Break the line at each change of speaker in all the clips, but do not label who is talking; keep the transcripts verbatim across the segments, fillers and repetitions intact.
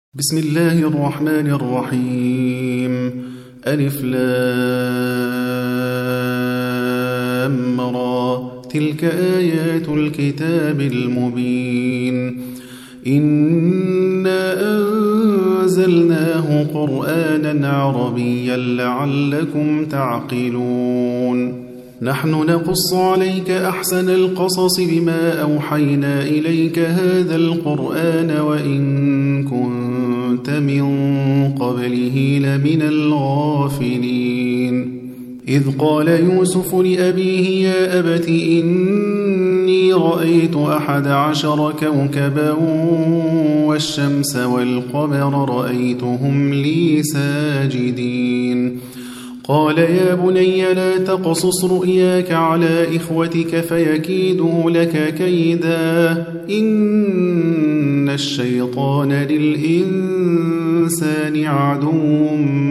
بسم الله الرحمن الرحيم ألف لام را تلك آيات الكتاب المبين إنا أنزلناه قرآنا عربيا لعلكم تعقلون نحن نقص عليك أحسن القصص بما أوحينا إليك هذا القرآن وإن كنت من قبله لمن الغافلين إذ قال يوسف لأبيه يا أبت إني رأيت أحد عشر كوكبا والشمس والقمر رأيتهم لي ساجدين قال يا بني لا تقصص رؤياك على إخوتك فيكيدوا لك كيدا إن الشيطان للإنسان عدو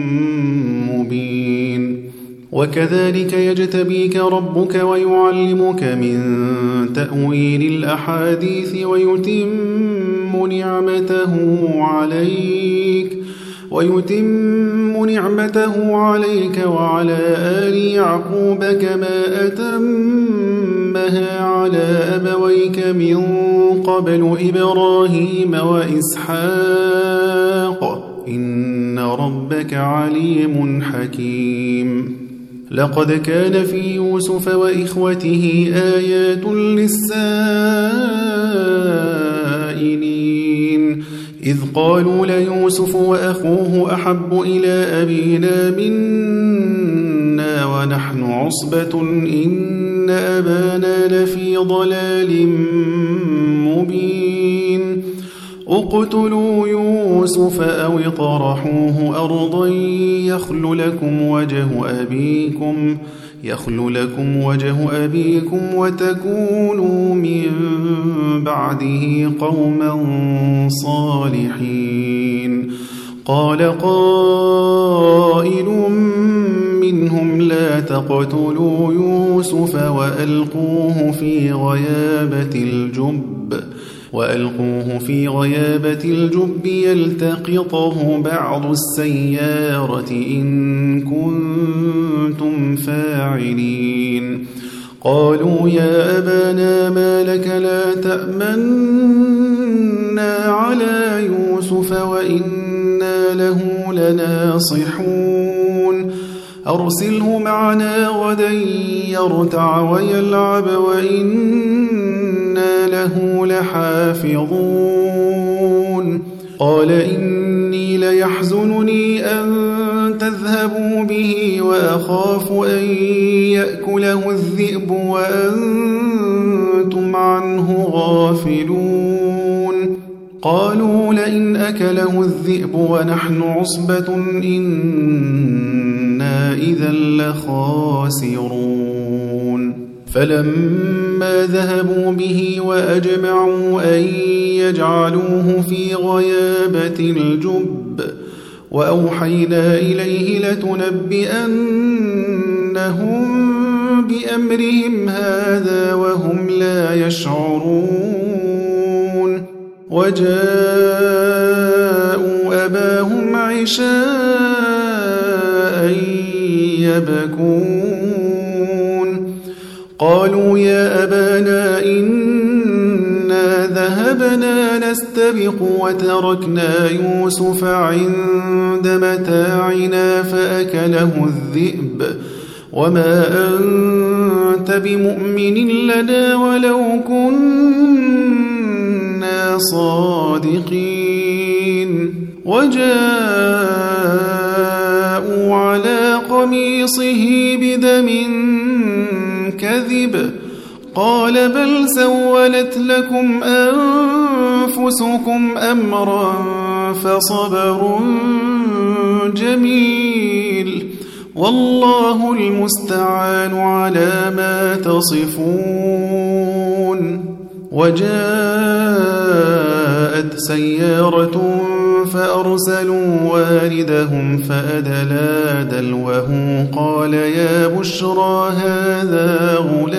مبين وكذلك يجتبيك ربك ويعلمك من تأويل الأحاديث ويتم نعمته عليك ويتم نعمته عليك وعلى آل يعقوب كما أتمها على أبويك من قبل إبراهيم وإسحاق إن ربك عليم حكيم لقد كان في يوسف وإخوته آيات للسائلين إذ قالوا ليوسف وأخوه أحب إلى أبينا منا ونحن عصبة إن أبانا لفي ضلال مبين اقتلوا يوسف أو اطرحوه أرضا يخل لكم وجه أبيكم يخل لكم وجه أبيكم وتكونوا من بعده قوما صالحين قال قائل منهم لا تقتلوا يوسف وألقوه في غيابة الجب وألقوه في غيابة الجب يلتقطه بعض السيارة إن كنتم فاعلين قالوا يا أبانا ما لك لا تأمنا على يوسف وإنا له لناصحون أرسله معنا غدا يرتع ويلعب وإنا له لحافظون قال إني ليحزنني أن تذهبوا به وأخاف أن يأكله الذئب وأنتم عنه غافلون قالوا لئن أكله الذئب ونحن عصبة إنا إذا لخاسرون فلما ذهبوا به وأجمعوا أن يجعلوه في غيابة الجب وأوحينا إليه لتنبئنهم بأمرهم هذا وهم لا يشعرون وجاءوا أباهم عشاء يبكون قالوا يا أبانا إنا ذهبنا نستبق وتركنا يوسف عند متاعنا فأكله الذئب وما أنت بمؤمن لنا ولو كنا صادقين وجاءوا على قميصه بدم كذب قال بل سولت لكم أنفسكم أمرا فصبر جميل والله المستعان على ما تصفون وجاءت سيارة فأرسلوا واردهم فأدلى دلوه قال يا بشرى هذا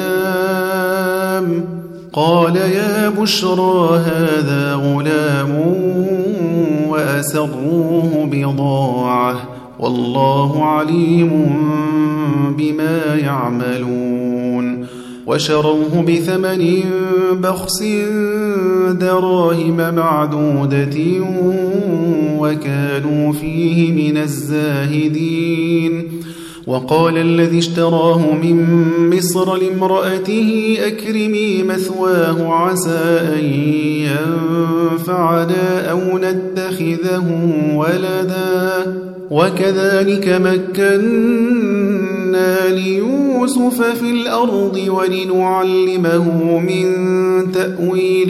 غلام قال يا بشرى هذا غلام وأسلم وأسروه بضاعة والله عليم بما يعملون وشروه بثمن بخس دراهم معدودة وكانوا فيه من الزاهدين وقال الذي اشتراه من مصر لامرأته أكرمي مثواه عسى أن ينفعنا أو نتخذه ولدا وكذلك مكنا ليوسف في الأرض ولنعلمه من تأويل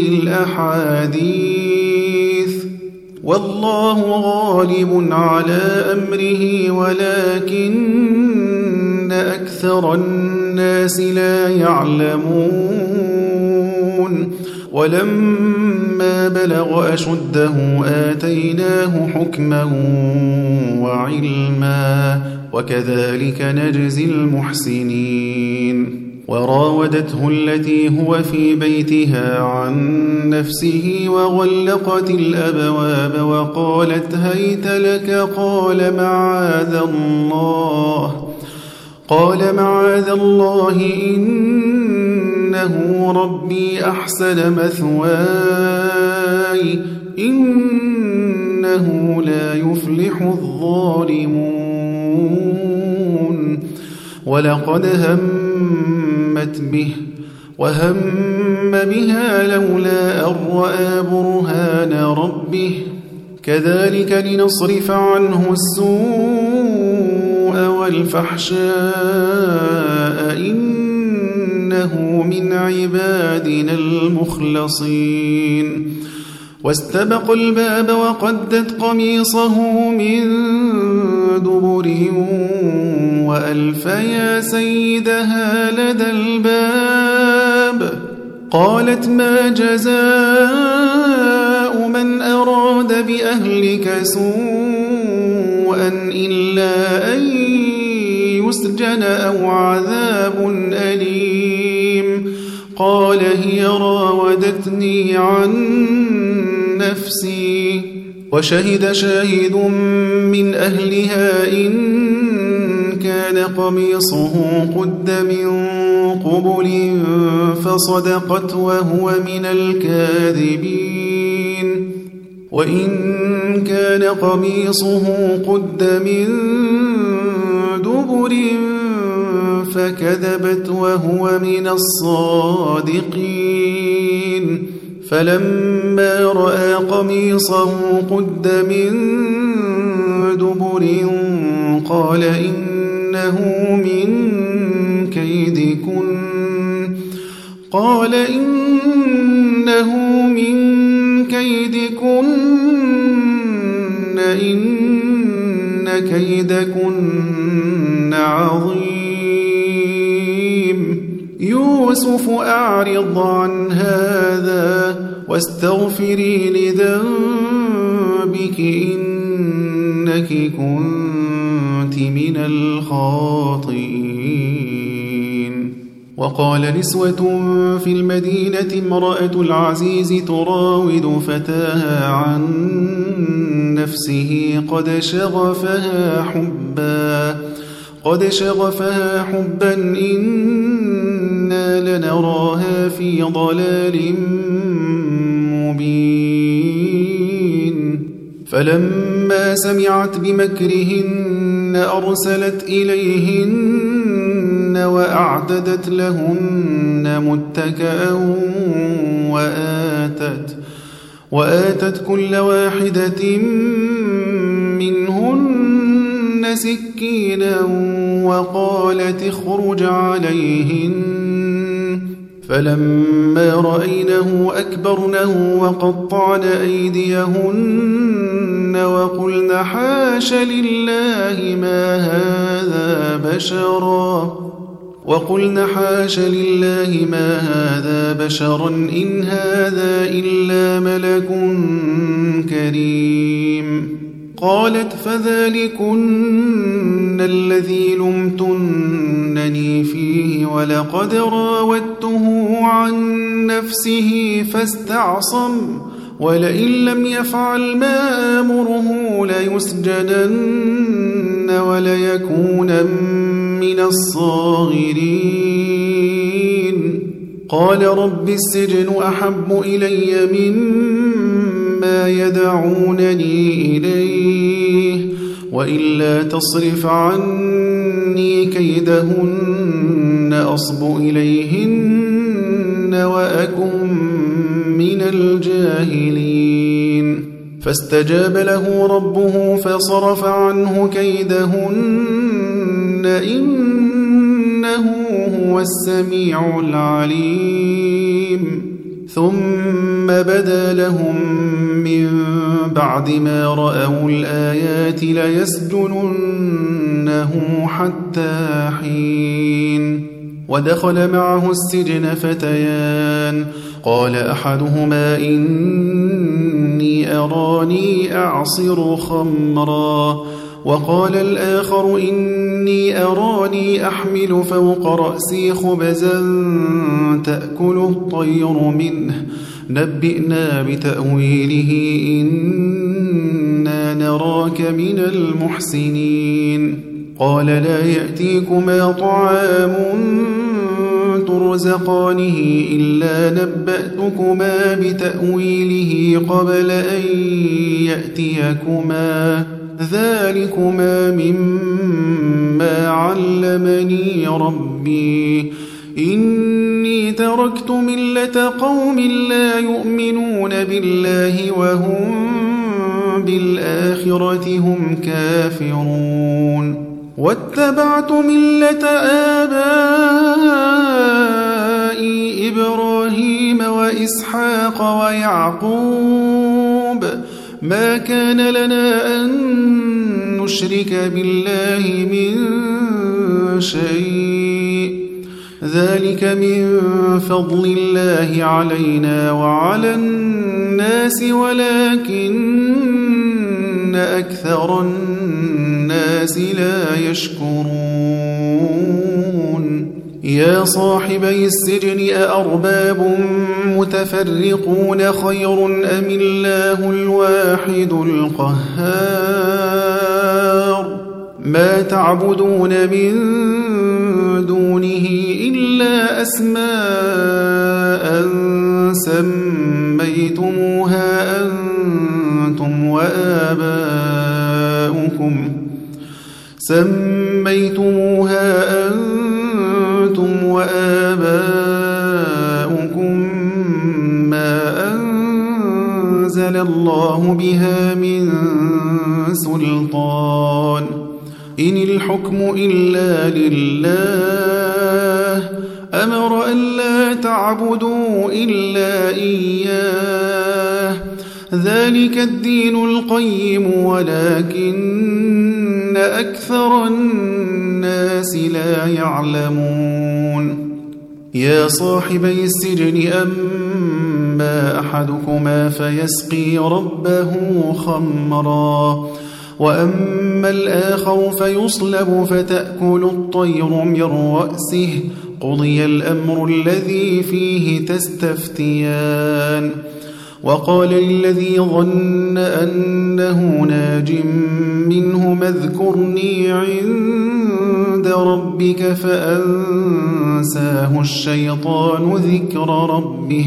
الأحاديث والله غالب على أمره ولكن أكثر الناس لا يعلمون ولما بلغ أشده آتيناه حكما وعلما وكذلك نجزي المحسنين وراودته التي هو في بيتها عن نفسه وغلقت الأبواب وقالت هيت لك قال معاذ الله قال معاذ الله إنه ربي أحسن مثواي إنه لا يفلح الظالمون ولقد همت به وهم بها لولا أن رأى برهان ربه كذلك لنصرف عنه السوء والفحشاء إنه من عبادنا المخلصين واستبق الباب وقدت قميصه من دبر وألف يا سيدها لدى الباب قالت ما جزاء من أراد بأهلك سوءا إلا أن يسجن أو عذاب أليم قال هي راودتني عن نفسي وشهد شاهد من أهلها إن كان قميصه قد من قبل فصدقت وهو من الكاذبين وإن كان قميصه قد من دبر فكذبت وهو من الصادقين فلما رأى قميصه قد من دبر قال إنه من كيدكن قال إنه من كيدكن إن كيدكن عظيم يوسف أعرض عن هذا واستغفري لذنبك إنك كنت من الخاطئين وقال نسوة في المدينة امرأة العزيز تراود فتاها عن نفسه قد شغفها حبا قد شغفها حبا إنا لنراها في ضلال مبين فلما سمعت بمكرهن أرسلت إليهن وأعتدت لهن متكأ وآتت وآتت كل واحدة منهن سكينا وقالت اخرج عليهن فلما رأينه أكبرنه وقطعن أيديهن وقلن حاش لله ما هذا بشرا وقلن حاش لله ما هذا بشرا إن هذا إلا ملك كريم قالت فذلكن الذي لمتنني فيه ولقد راودته عن نفسه فاستعصم ولئن لم يفعل ما آمره ليسجنن وليكونن من الصاغرين قال رب السجن أحب إلي مما يدعونني إليه وإلا تصرف عني كيدهن أصب إليهن وأكن من الجاهلين فاستجاب له ربه فصرف عنه كيدهن إنه هو السميع العليم ثم بدا لهم من بعد ما رأوا الآيات ليسجننه حتى حين ودخل معه السجن فتيان قال أحدهما إني أراني أعصر خمرا وقال الآخر إني أراني أحمل فوق رأسي خبزا تأكل الطير منه نبئنا بتأويله إنا نراك من المحسنين قال لا يأتيكما طعام ترزقانه إلا نبأتكما بتأويله قبل أن يأتيكما ذلكما مما علمني ربي إني تركت ملة قوم لا يؤمنون بالله وهم بالآخرة هم كافرون واتبعت ملة آبائي إبراهيم وإسحاق ويعقوب ما كان لنا أن نشرك بالله من شيء ذلك من فضل الله علينا وعلى الناس ولكن أكثر الناس لا يشكرون يا صاحبي السجن أأرباب متفرقون خير أم الله الواحد القهار ما تعبدون من دونه إلا أسماء سميتموها أنتم وآباؤكم سميتموها أنتم وآباؤكم ما أنزل الله بها من سلطان إن الحكم إلا لله أمر ألا تعبدوا إلا إياه ذلك الدين القيم ولكن أكثر الناس لا يعلمون يا صاحبي السجن أما أحدكما فيسقي ربه خمرا وأما الآخر فيصلب فتأكل الطير من رأسه قضي الأمر الذي فيه تستفتيان وقال الذي ظن أنه ناج منهما اذكرني عند ربك فأنساه الشيطان ذكر ربه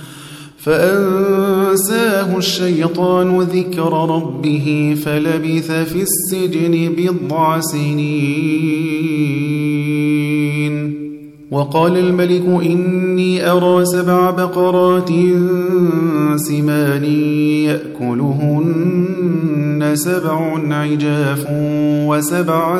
فأنساه الشيطان ذكر ربه فلبث في السجن بضع سنين وقال الملك إني أرى سبع بقرات سمان يأكلهن سبع عجاف وسبع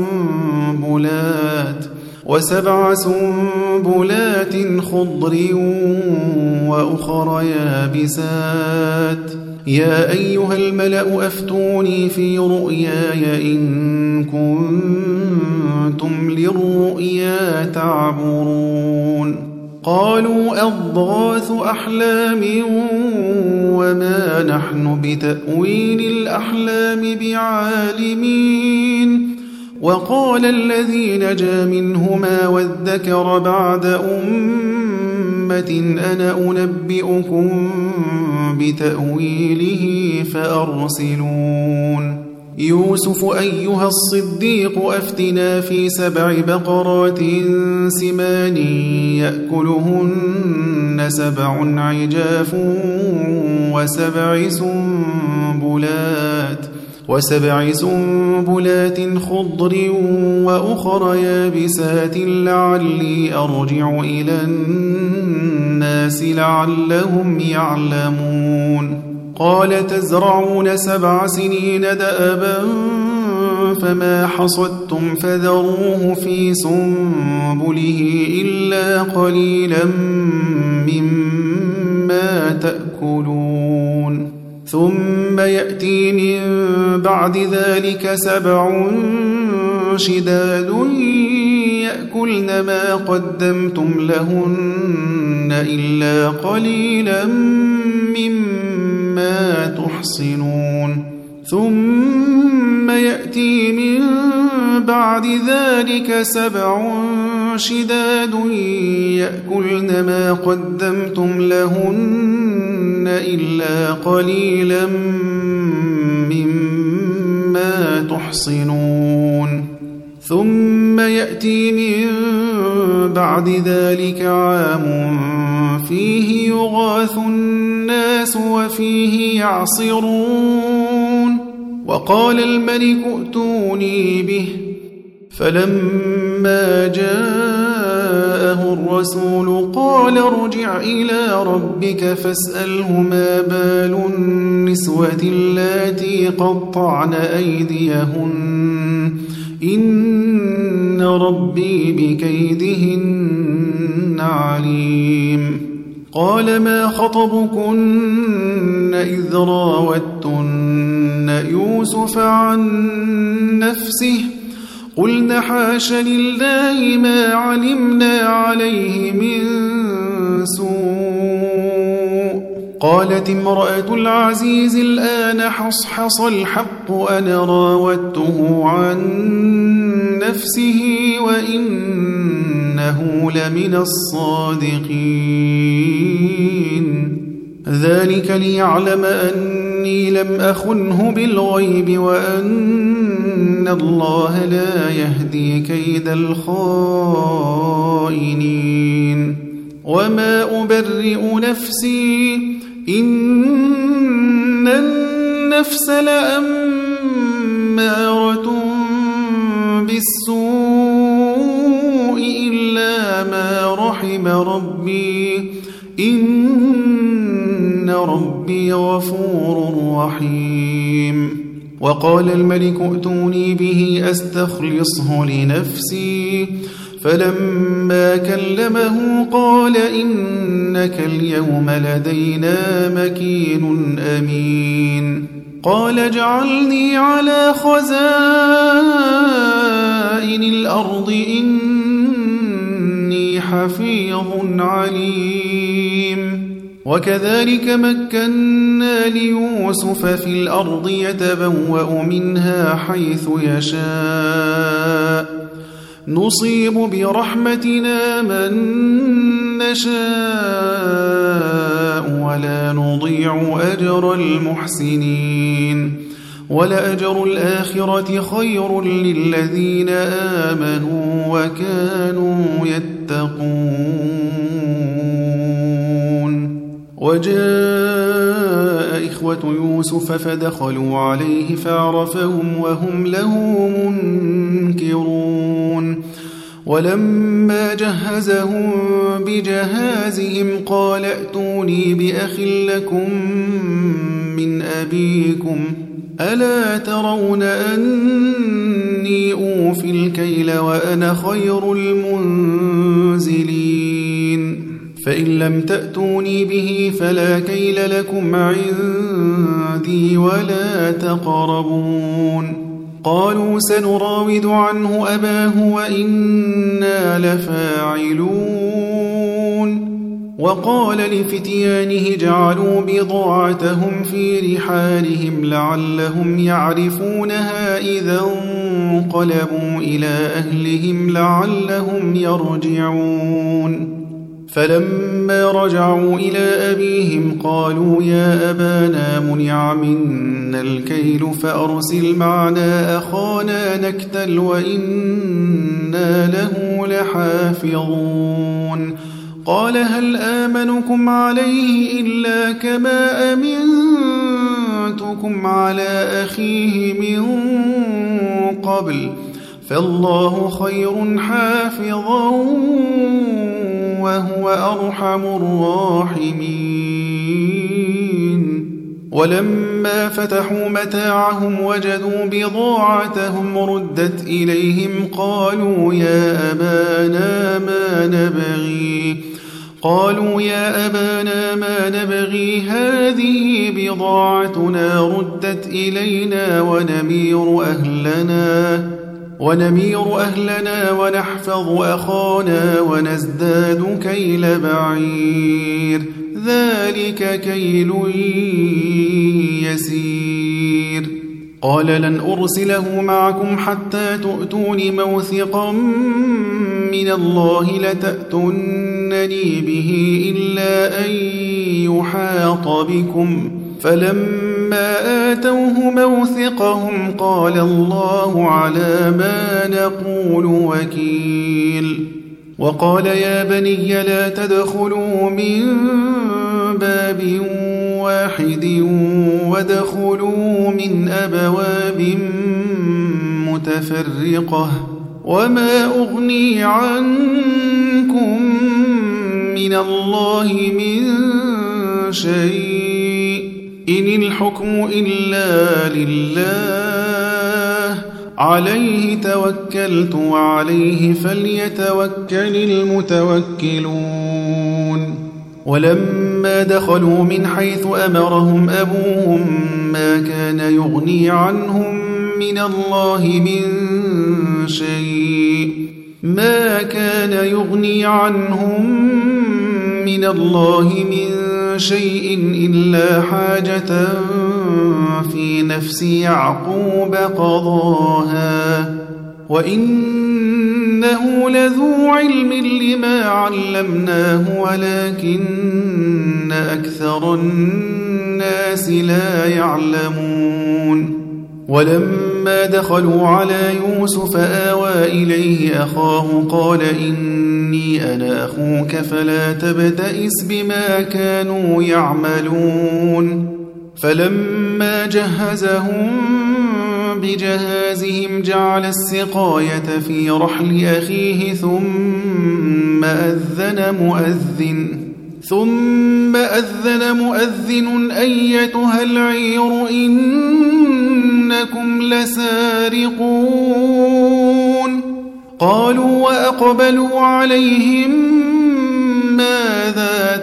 سنبلات وسبع سنبلات خضر وأخر يابسات يا أيها الملأ أفتوني في رؤياي إن كنتم للرؤيا تعبرون قالوا أضغاث أحلام وما نحن بتأويل الأحلام بعالمين وقال الذي نجا منهما وادكر بعد أمة أمة أنا أنبئكم بتأويله فأرسلون يوسف أيها الصديق أفتنا في سبع بقرات سمان يأكلهن سبع عجاف وسبع سنبلات وسبع سنبلات خضر وأخر يابسات لعلي أرجع إلى الناس لعلهم يعلمون قال تزرعون سبع سنين دأبا فما حصدتم فذروه في سنبله إلا قليلا مما تأكلون ثم يأتي من بعد ذلك سبع شداد يأكلن ما قدمتم لهن إلا قليلا مما تحصنون ثم يأتي من بعد ذلك سبع شداد يأكلن ما قدمتم لهن إلا قليلا مما تحصنون ثم يأتي من بعد ذلك عام فيه يغاث الناس وفيه يعصرون وقال الملك ائتوني به فلما جاءه الرسول قال ارجع إلى ربك فاسأله ما بال النسوة اللاتي قطعن أيديهن إن ربي بكيدهن عليم قال ما خطبكن إذ راوتن يوسف عن نفسه قلنا حاش لله ما علمنا عليه من سوء قالت امرأة العزيز الآن حصحص الحق أنا راودته عن نفسه وإنه لمن الصادقين ذلك ليعلم أني لم أخنه بالغيب وأن الله لا يهدي كيد الخائنين وما أبرئ نفسي إن النفس لأمارة بالسوء إلا ما رحم ربي إن ربي غفور رحيم وقال الملك ائتوني به أستخلصه لنفسي فلما كلمه قال إنك اليوم لدينا مكين أمين قال اجعلني على خزائن الأرض إني حفيظ عليم وكذلك مكنا ليوسف في الأرض يتبوأ منها حيث يشاء نصيب برحمتنا من نشاء ولا نضيع أجر المحسنين ولأجر الآخرة خير للذين آمنوا وكانوا يتقون وجاء إخوة يوسف فدخلوا عليه فعرفهم وهم له منكرون ولما جهزهم بجهازهم قال ائتوني بأخ لكم من أبيكم ألا ترون أني أوفي الكيل وأنا خير المنزلين فإن لم تأتوني به فلا كيل لكم عندي ولا تقربون قالوا سنراود عنه أباه وإنا لفاعلون وقال لفتيانه جعلوا بضاعتهم في رحالهم لعلهم يعرفونها إذا انقلبوا إلى أهلهم لعلهم يرجعون فلما رجعوا إلى أبيهم قالوا يا أبانا منع منا الكيل فأرسل معنا أخانا نكتل وإنا له لحافظون قال هل آمنكم عليه إلا كما أمنتكم على أخيه من قبل فالله خير حافظا وهو أرحم الراحمين ولما فتحوا متاعهم وجدوا بضاعتهم ردت إليهم قالوا يا أبانا ما نبغي قالوا يا أبانا ما نبغي هذه بضاعتنا ردت إلينا ونمير أهلنا ونمير أهلنا ونحفظ أخانا ونزداد كيل بعير ذلك كيل يسير قال لن أرسله معكم حتى تؤتون موثقا من الله لتأتونني به إلا أن يحاط بكم فلما آتوه موثقهم قال الله على ما نقول وكيل وقال يا بني لا تدخلوا من باب واحد وادخلوا من أبواب متفرقة وما أغني عنكم من الله من شيء إن الحكم إلا لله عليه توكلت وعليه فليتوكل المتوكلون ولما دخلوا من حيث أمرهم أبوهم ما كان يغني عنهم من الله من شيء ما كان يغني عنهم من الله من شيء إلا حاجة في نفس يعقوب قضاها وإنه لذو علم لما علمناه ولكن أكثر الناس لا يعلمون ولما دخلوا على يوسف آوى إليه أخاه قال إني أنا أخوك فلا تبتئس بما كانوا يعملون فلما جهزهم بجهازهم جعل السقاية في رحل أخيه ثم أذن مؤذن ثم أذن مؤذن أيتها العير إنكم لسارقون قالوا وأقبلوا عليهم ماذا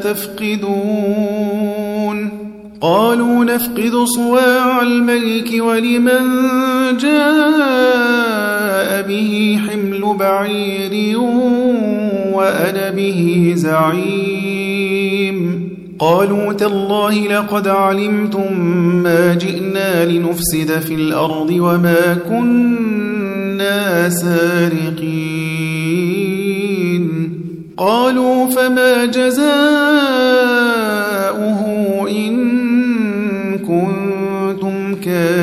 تفقدون قالوا نفقد صواع الملك ولمن جاء به حمل بعير وأنا به زعيم قالوا تالله لقد علمتم ما جئنا لنفسد في الأرض وما كنا سارقين قالوا فما جزاؤه إن كنتم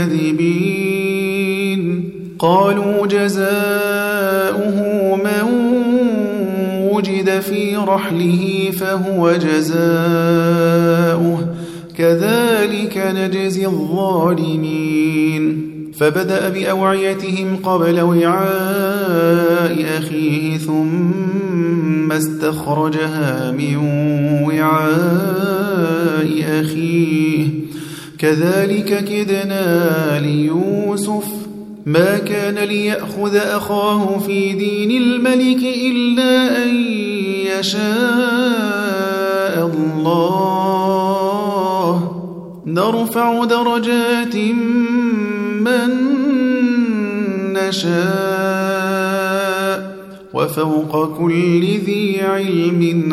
كاذبين قالوا جزاؤه من وجد في رحله فهو جزاؤه كذلك نجزي الظالمين فبدأ بأوعيتهم قبل وعاء أخيه ثم استخرجها من وعاء أخيه كذلك كدنا ليوسف ما كان ليأخذ أخاه في دين الملك إلا أن يشاء الله نرفع درجات من نشاء وفوق كل ذي علم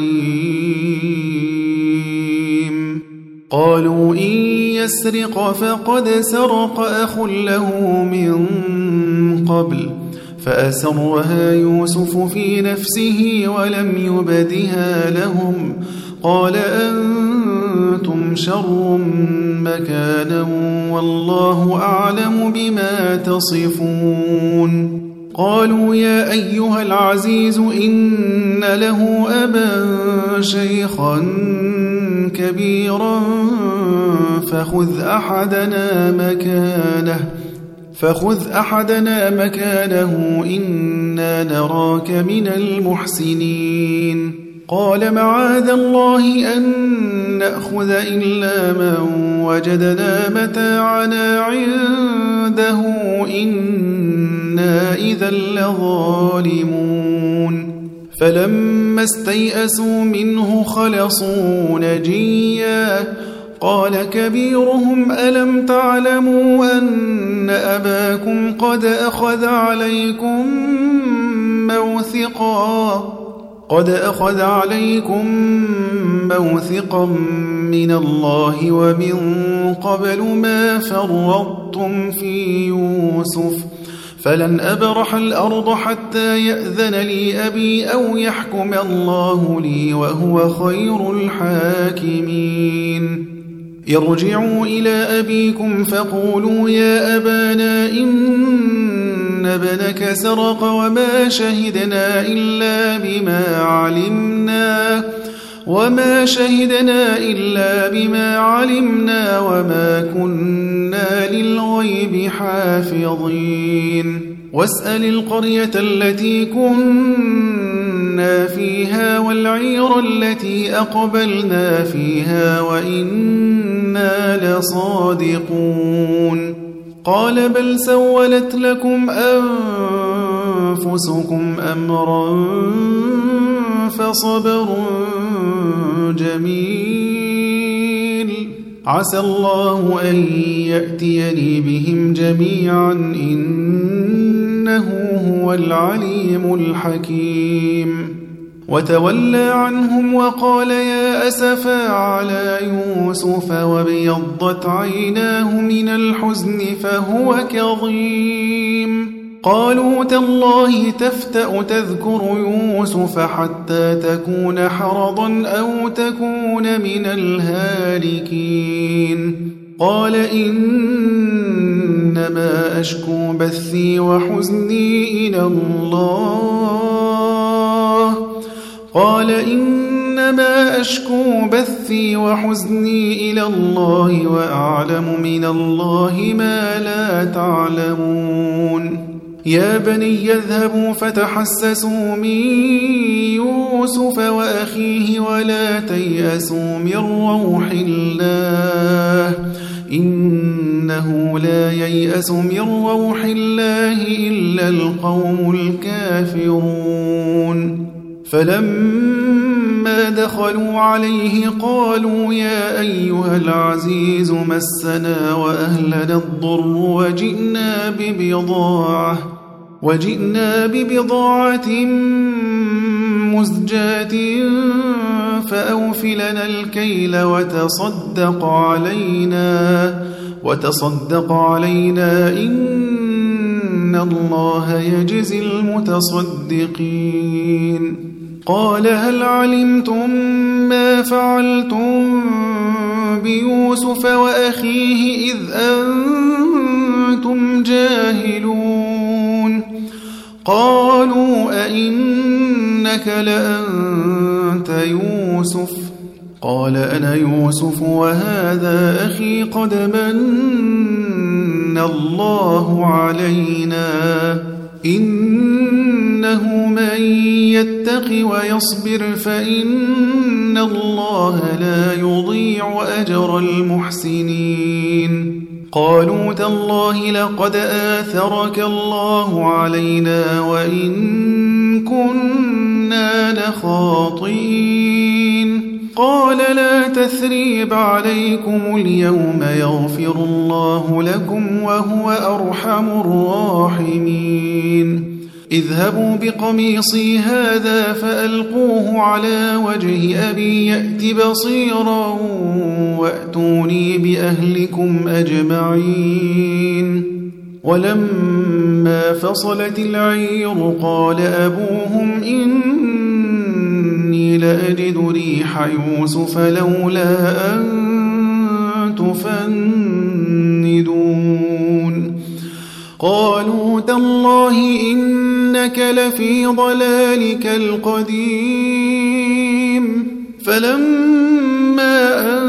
عليم قالوا إن يسرق فقد سرق أخ له من قبل فأسرها يوسف في نفسه ولم يبدها لهم قال أنتم شر مكانا والله أعلم بما تصفون قالوا يا أيها العزيز إن له أبا شيخا كبيرا فخذ أحدنا مكانه فخذ أحدنا مكانه إنا نراك من المحسنين قال معاذ الله أن نأخذ إلا من وجدنا متاعنا عنده إنا إذا لظالمون فلما استيئسوا منه خلصوا نجيا قال كبيرهم ألم تعلموا أن أباكم قد أخذ عليكم موثقا قد أخذ عليكم موثقا من الله ومن قبل ما فرطتم في يوسف فلن أبرح الأرض حتى يأذن لي أبي أو يحكم الله لي وهو خير الحاكمين ارجعوا إلى أبيكم فقولوا يا أبانا إن ابنك سرق وما شهدنا إلا بما علمنا وما شهدنا إلا بما علمنا وما كنا للغيب حافظين واسأل القرية التي كنا فيها والعير التي أقبلنا فيها وإنا لصادقون قال بل سولت لكم أنفسكم أمرا فصبر جميل عسى الله أن يأتيني بهم جميعا إنه هو العليم الحكيم وتولى عنهم وقال يا أسفا على يوسف وابيضت عيناه من الحزن فهو كظيم قالوا تالله تفتأ تذكر يوسف حتى تكون حرضا أو تكون من الهالكين قال إنما أشكو بثي وحزني إلى الله قال إنما أشكو بثي وحزني إلى الله وأعلم من الله ما لا تعلمون يا بني اذهبوا فتحسسوا من يوسف وأخيه ولا تيأسوا من روح الله إنه لا ييأس من روح الله إلا القوم الكافرون فلما دخلوا عليه قالوا يا أيها العزيز مسنا وأهلنا الضر وجئنا ببضاعة وجئنا ببضاعة مزجاة فأوفلنا الكيل وتصدق علينا وتصدق علينا إن الله يجزي المتصدقين قال هل علمتم ما فعلتم بيوسف وأخيه إذ أنتم جاهلون قالوا أئنك لأنت يوسف قال أنا يوسف وهذا أخي قد من الله علينا إنه من يتق ويصبر فإن الله لا يضيع أجر المحسنين قالوا تالله لقد آثرك الله علينا وإن كنا لخاطئين قال لا تثريب عليكم اليوم يغفر الله لكم وهو أرحم الراحمين اذهبوا بقميصي هذا فألقوه على وجه أبي يأت بصيرا وأتوني بأهلكم أجمعين ولما فصلت العير قال أبوهم إني لأجد ريح يوسف لولا أن تفندون قالوا تالله إنك لفي ضلالك القديم فلما أن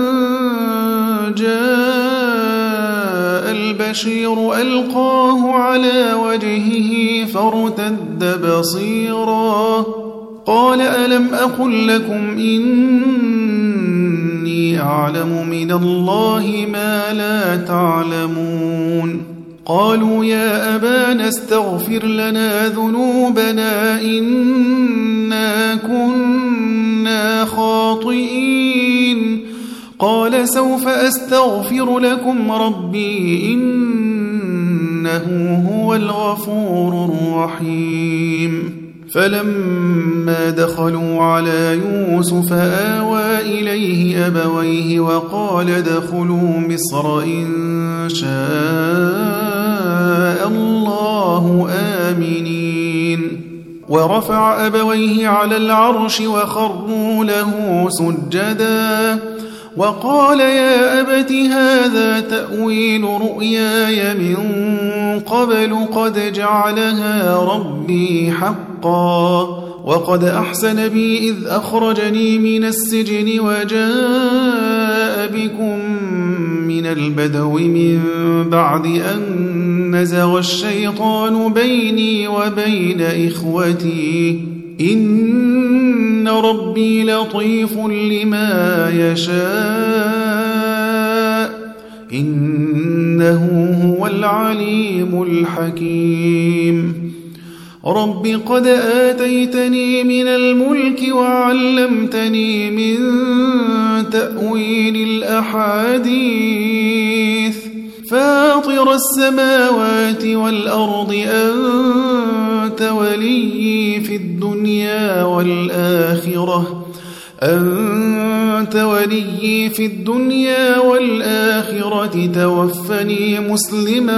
جاء البشير ألقاه على وجهه فارتد بصيرا قال ألم أقل لكم إني أعلم من الله ما لا تعلمون قالوا يا أبانا استغفر لنا ذنوبنا إنا كنا خاطئين قال سوف أستغفر لكم ربي إنه هو الغفور الرحيم فلما دخلوا على يوسف آوى إليه أبويه وقال ادخلوا مصر إن شاء الله آمنين ورفع أبويه على العرش وخروا له سجدا وقال يا أبت هذا تأويل رؤياي من قبل قد جعلها ربي حقا وقد أحسن بي إذ أخرجني من السجن وجاء بكم من البدو من بعد أن نزغ الشيطان بيني وبين إخوتي إن ربي لطيف لما يشاء إنه هو العليم الحكيم رب قد آتيتني من الملك وعلمتني من تأويل الأحاديث فاطر السماوات والأرض أنت ولي في الدنيا والآخرة أنت ولي في الدنيا والآخرة توفني مسلما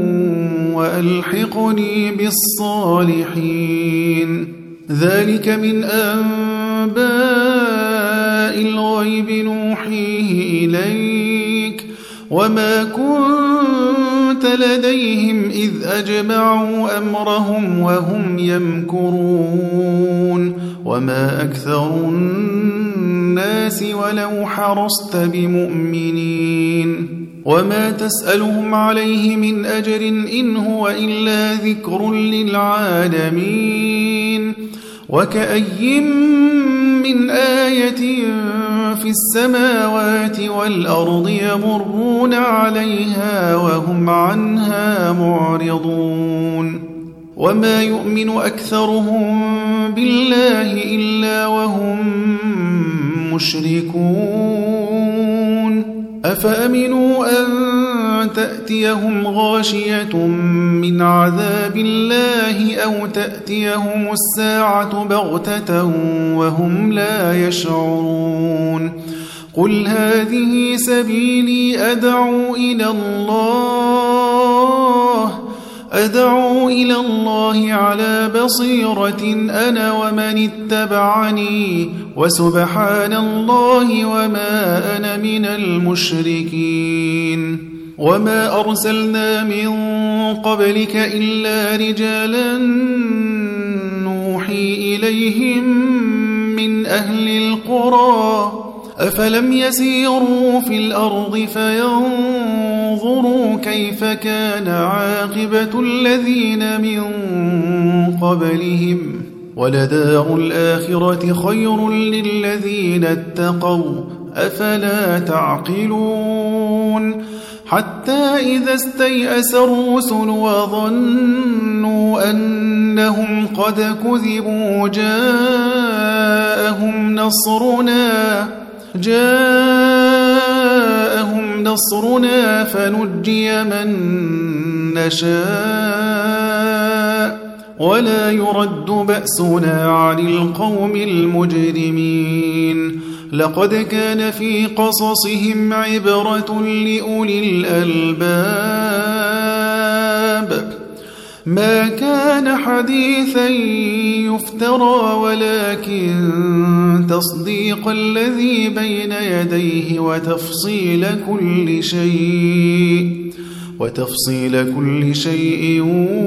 وألحقني بالصالحين ذلك من أنباء الغيب نوحيه إليك وما كنت لديهم إذ أجمعوا أمرهم وهم يمكرون وما أكثر الناس ولو حرصت بمؤمنين وما تسألهم عليه من أجر إن هو إلا ذكر للعالمين وكأي من آية في السماوات والأرض يمرون عليها وهم عنها معرضون وما يؤمن أكثرهم بالله إلا وهم مشركون أفأمنوا أن تأتيهم غاشية من عذاب الله أو تأتيهم الساعة بغتة وهم لا يشعرون قل هذه سبيلي أدعو إلى الله أدعو إلى الله على بصيرة أنا ومن اتبعني وسبحان الله وما أنا من المشركين وما أرسلنا من قبلك إلا رجالا نوحي إليهم من أهل القرى أفلم يسيروا في الأرض فينظروا كيف كان عاقبة الذين من قبلهم ولدار الآخرة خير للذين اتقوا أفلا تعقلون حتى إذا استيأس الرسل وظنوا أنهم قد كذبوا جاءهم نصرنا جاءهم نصرنا فنجي من نشاء ولا يرد بأسنا عن القوم المجرمين لقد كان في قصصهم عبرة لأولي الألباب ما كان حديثا يفترى ولكن تصديق الذي بين يديه وتفصيل كل شيء وتفصيل كل شيء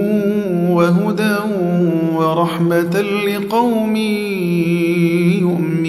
وهدى ورحمة لقوم يؤمنون.